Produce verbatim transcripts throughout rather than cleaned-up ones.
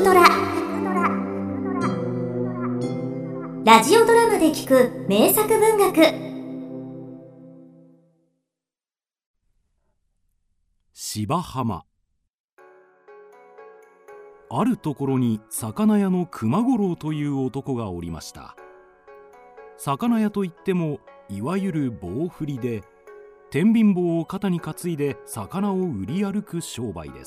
トラ。ラジオドラマで聞く名作文学。 芝浜。あるところに魚屋の熊五郎という男がおりました。魚屋といってもいわゆる棒振りで、天秤棒を肩に担いで魚を売り歩く商売です。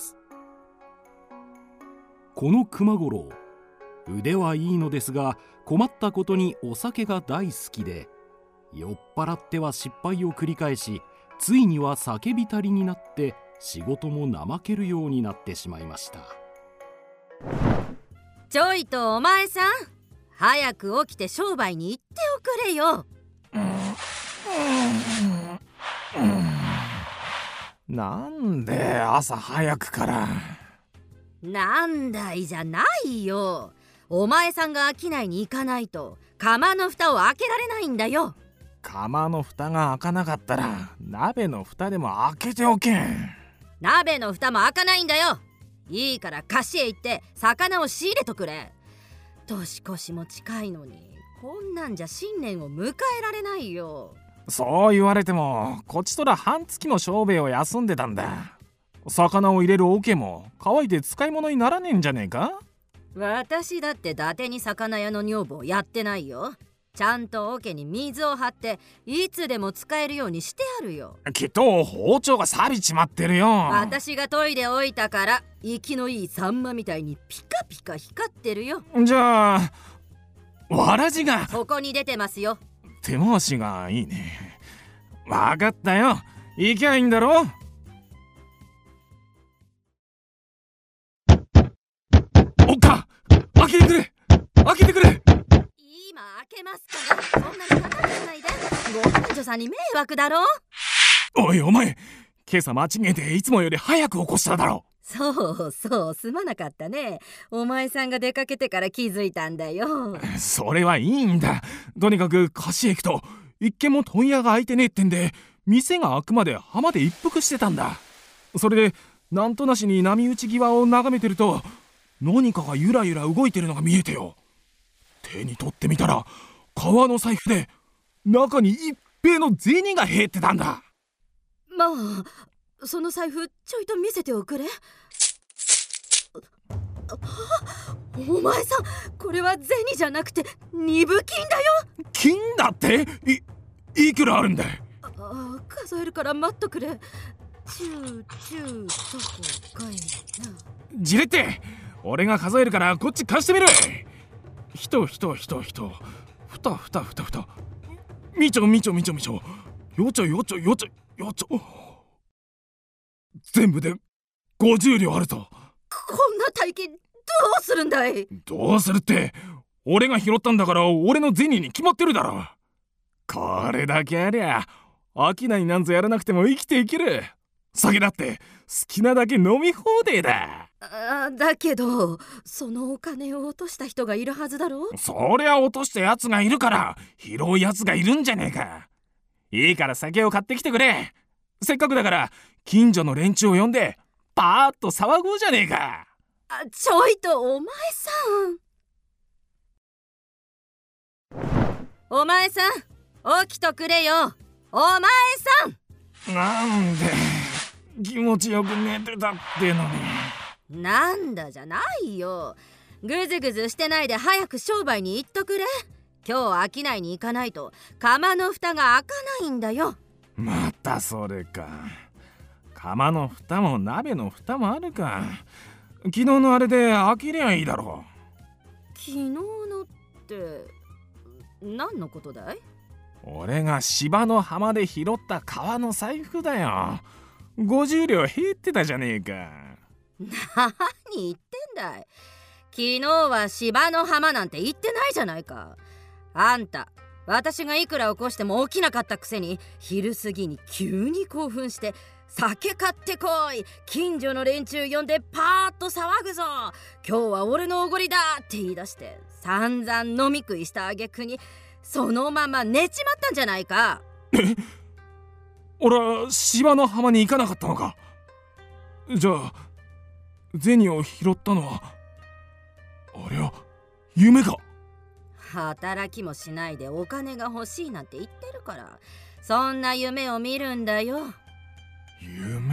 この熊五郎、腕はいいのですが、困ったことにお酒が大好きで、酔っ払っては失敗を繰り返し、ついには酒浸りになって仕事も怠けるようになってしまいました。 ちょいとお前さん、早く起きて商売に行っておくれよ。 なんで朝早くから。 なんだいじゃないよ。お前さんが商いに行かないと釜の蓋を開けられないんだよ。 釜の蓋が開かなかったら鍋の蓋でも開けておけん。 鍋の蓋も開かないんだよ。いいから菓子へ行って魚を仕入れとくれ。年越しも近いのに、こんなんじゃ新年を迎えられないよ。 そう言われても、こちとら半月も商売を休んでたんだ。魚を入れる桶も乾いて使い物にならねえんじゃねえか。 私だって伊達に魚屋の女房やってないよ。ちゃんと桶に水を張っていつでも使えるようにしてあるよ。 きっと包丁が錆びちまってるよ。 私が研いでおいたから生きのいいサンマみたいにピカピカ光ってるよ。 じゃあわらじがここに出てますよ。 手回しがいいね。わかったよ、行きゃいいんだろ。おっか、開けてくれ開けてくれ。 今開けますから、そんなにかかんないで。ご近所さんに迷惑だろ。 おいお前、今朝間違えていつもより早く起こしただろ。 そうそう、すまなかったね。お前さんが出かけてから気づいたんだよ。 それはいいんだ。とにかく菓子へ行くと一軒も問屋が開いてねえってんで、店が開くまで浜で一服してたんだ。それでなんとなしに波打ち際を眺めてると、何かがゆらゆら動いてるのが見えてよ。手に取ってみたら革の財布で中に一平の銭が入ってたんだ。 まあ、その財布ちょいと見せておくれ。お前さん、これは銭じゃなくて二分金だよ。 金だって？い、いくらあるんだい？ ああ、数えるから待っとくれ。チューチューとこかいな。 じれって、俺が数えるからこっち貸してみる。ひとひとひとひと、ふたふたふたふた、みちょみちょみちょみちょ、よちょよちょよちょよちょ、全部でごじゅう両あるぞ。 こんな大金どうするんだい？ どうするって、俺が拾ったんだから俺の銭に決まってるだろ。これだけありゃ商いなんぞやらなくても生きていける。酒だって好きなだけ飲み放題だ。 あ、だけどそのお金を落とした人がいるはずだろ。 そりゃ落としたやつがいるから拾うやつがいるんじゃねえか。いいから酒を買ってきてくれ。せっかくだから近所の連中を呼んでパーッと騒ごうじゃねえか。 あ、ちょいとお前さんお前さん、起きとくれよ。お前さん。 なんで気持ちよく寝てたってのに。なんだじゃないよ。ぐずぐずしてないで早く商売に行っとくれ。今日商いに行かないと釜の蓋が開かないんだよ。 またそれか。釜の蓋も鍋の蓋もあるか。昨日のあれで開けりゃいいだろう。 昨日のって何のことだい？ 俺が芝の浜で拾った革の財布だよ。ごじゅう両入ってたじゃねえか。 何言ってんだい。昨日は芝の浜なんて言ってないじゃないか。あんた、私がいくら起こしても起きなかったくせに昼過ぎに急に興奮して酒買ってこい、近所の連中呼んでパーッと騒ぐぞ、今日は俺のおごりだって言い出して散々飲み食いした挙句にそのまま寝ちまったんじゃないか。 え、俺は芝の浜に行かなかったのか。じゃあ銭を拾ったのはありゃ、夢か。 働きもしないでお金が欲しいなんて言ってるから、そんな夢を見るんだよ。 夢。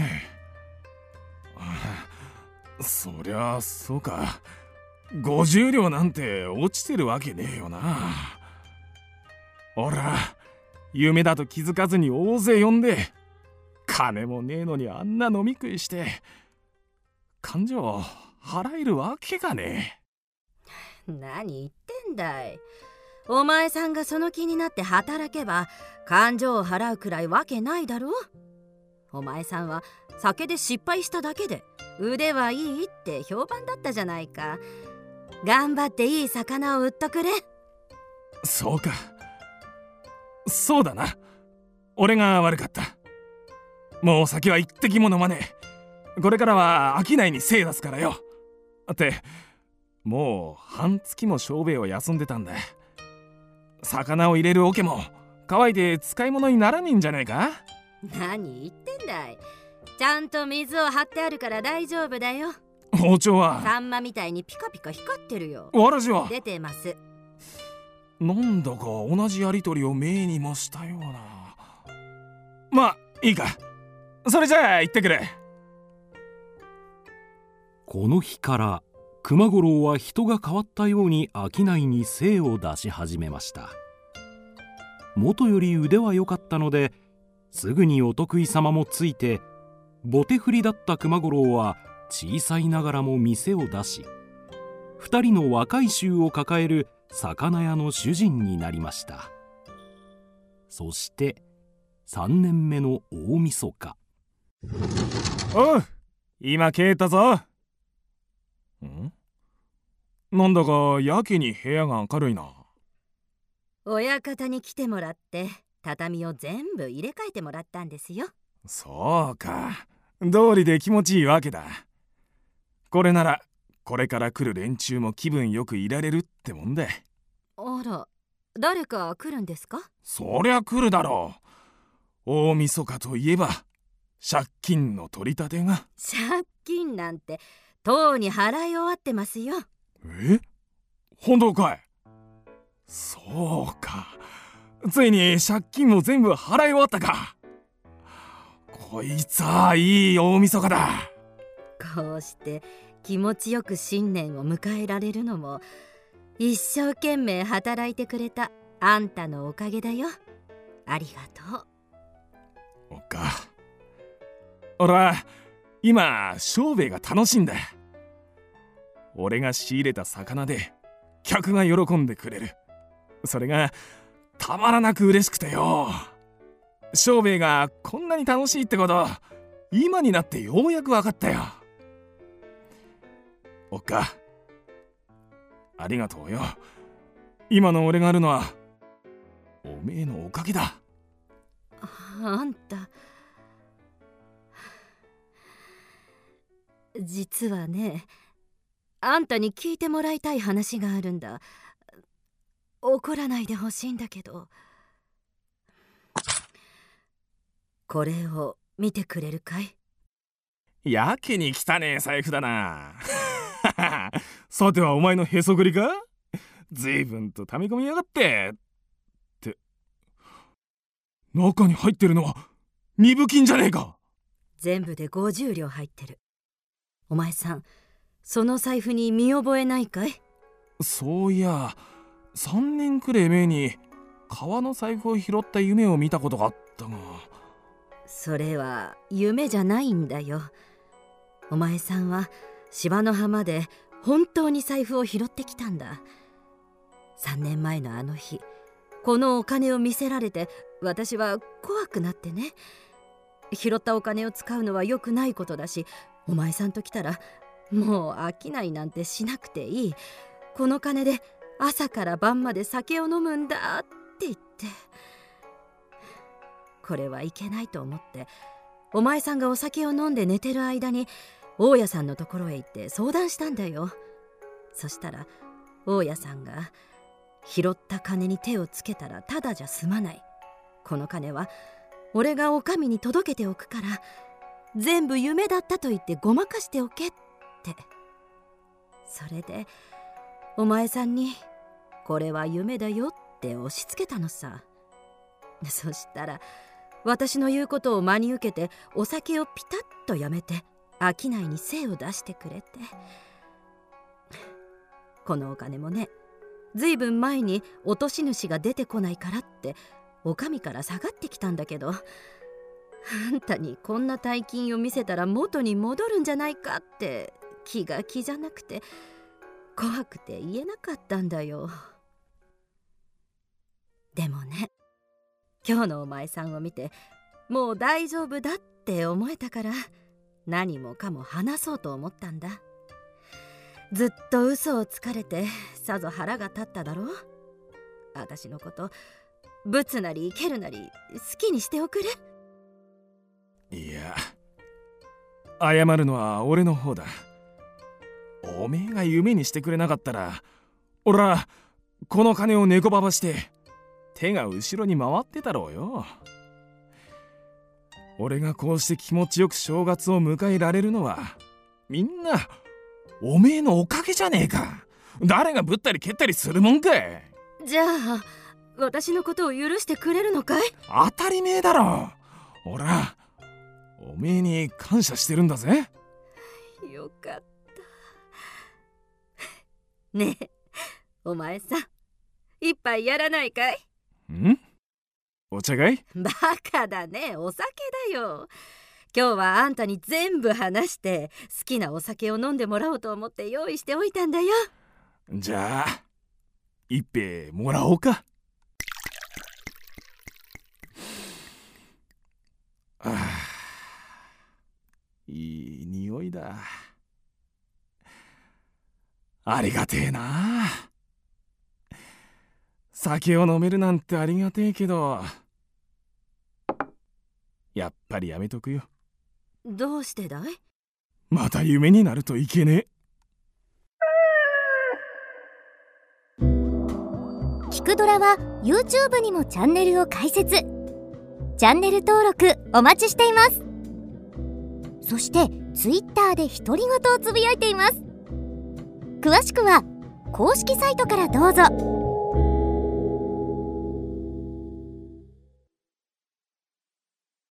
ああ、そりゃそうか。ごじゅう両なんて落ちてるわけねえよな。ほら、夢だと気づかずに大勢呼んで、金もねえのにあんな飲み食いして、勘定払えるわけがねえ。何言ってんだい。お前さんがその気になって働けば勘定を払うくらいわけないだろ。お前さんは酒で失敗しただけで腕はいいって評判だったじゃないか。頑張っていい魚を売っとくれ。 そうか。そうだな。俺が悪かった。もうお酒は一滴も飲まねえ。これからは商いに精出すからよ。って、もう半月も商売を休んでたんだ。魚を入れる桶も乾いて使い物にならねえんじゃねえか。 何言ってんだい。ちゃんと水を張ってあるから大丈夫だよ。 包丁はサンマみたいにピカピカ光ってるよ。 わらじは出てます。 なんだか同じやりとりを目にもしたような。まあいいか。それじゃあ行ってくれ。 この日から熊五郎は人が変わったように商いに精を出し始めました。元より腕は良かったのですぐにお得意様もついて、ボテ振りだった熊五郎は小さいながらも店を出し、二人の若い衆を抱える魚屋の主人になりました。そしてさんねんめの大晦日。 おう、今帰ったぞ。ん？なんだかやけに部屋が明るいな。 親方に来てもらって畳を全部入れ替えてもらったんですよ。 そうか。道理で気持ちいいわけだ。これならこれから来る連中も気分よくいられるってもんだ。 あら、誰か来るんですか？ そりゃ来るだろう。大晦日といえば借金の取り立てが。 借金なんてとうに払い終わってますよ。 え？本当かい？そうか。ついに借金も全部払い終わったか。こいつはいい大晦日だ。 こうして気持ちよく新年を迎えられるのも一生懸命働いてくれたあんたのおかげだよ。ありがとう。 おっか、俺は今商売が楽しいんだ。俺が仕入れた魚で客が喜んでくれる。それがたまらなく嬉しくてよ。商売がこんなに楽しいってこと今になってようやく分かったよ。おっか、ありがとうよ。今の俺があるのはおめえのおかげだ。 あんた、実はね、あんたに聞いてもらいたい話があるんだ。怒らないでほしいんだけど。これを見てくれるかい？ やけに汚ねえ財布だな。さてはお前のへそくりか？ずいぶんと溜め込みやがって。って、中に入ってるのは二分金じゃねえか。 全部でごじゅう両入ってる。お前さん、その財布に見覚えないかい？ そういや、さんねんくらい前に革の財布を拾った夢を見たことがあったが。 それは夢じゃないんだよ。お前さんは芝の浜で本当に財布を拾ってきたんだ。さんねんまえのあの日、このお金を見せられて私は怖くなってね。拾ったお金を使うのは良くないことだし、お前さんと来たらもう商いなんてしなくていい。この金で朝から晩まで酒を飲むんだって言って、これはいけないと思って、お前さんがお酒を飲んで寝てる間に大家さんのところへ行って相談したんだよ。そしたら大家さんが、拾った金に手をつけたらただじゃ済まない。この金は俺がお上に届けておくから、全部夢だったと言ってごまかしておけって。それでお前さんにこれは夢だよって押し付けたのさ。そしたら私の言うことを真に受けてお酒をピタッとやめて商いに精を出してくれて、このお金もね、ずいぶん前に落とし主が出てこないからってお上から下がってきたんだけど、あんたにこんな大金を見せたら元に戻るんじゃないかって気が気じゃなくて怖くて言えなかったんだよ。でもね、今日のお前さんを見てもう大丈夫だって思えたから何もかも話そうと思ったんだ。ずっと嘘をつかれてさぞ腹が立っただろう。私のことブツなり蹴るなり好きにしておくれ。 いや、謝るのは俺の方だ。おめえが夢にしてくれなかったら俺はこの金を猫ばばして手が後ろに回ってたろうよ。俺がこうして気持ちよく正月を迎えられるのはみんなおめえのおかげじゃねえか。誰がぶったり蹴ったりするもんかい。 じゃあ私のことを許してくれるのかい？ 当たり前だろ。俺はおめえに感謝してるんだぜ。 よかった。ねえ、お前さん一杯やらないかい？ ん？お茶かい？ バカだね、お酒だよ。今日はあんたに全部話して好きなお酒を飲んでもらおうと思って用意しておいたんだよ。 じゃあ一杯もらおうか。ああ、いい匂いだ。ありがてえな。酒を飲めるなんてありがてえけどやっぱりやめとくよ。 どうしてだい？ また夢になるといけねえ。聞くドラは YouTube にもチャンネルを開設。チャンネル登録お待ちしています。そして Twitter で独り言をつぶやいています。詳しくは公式サイトからどうぞ。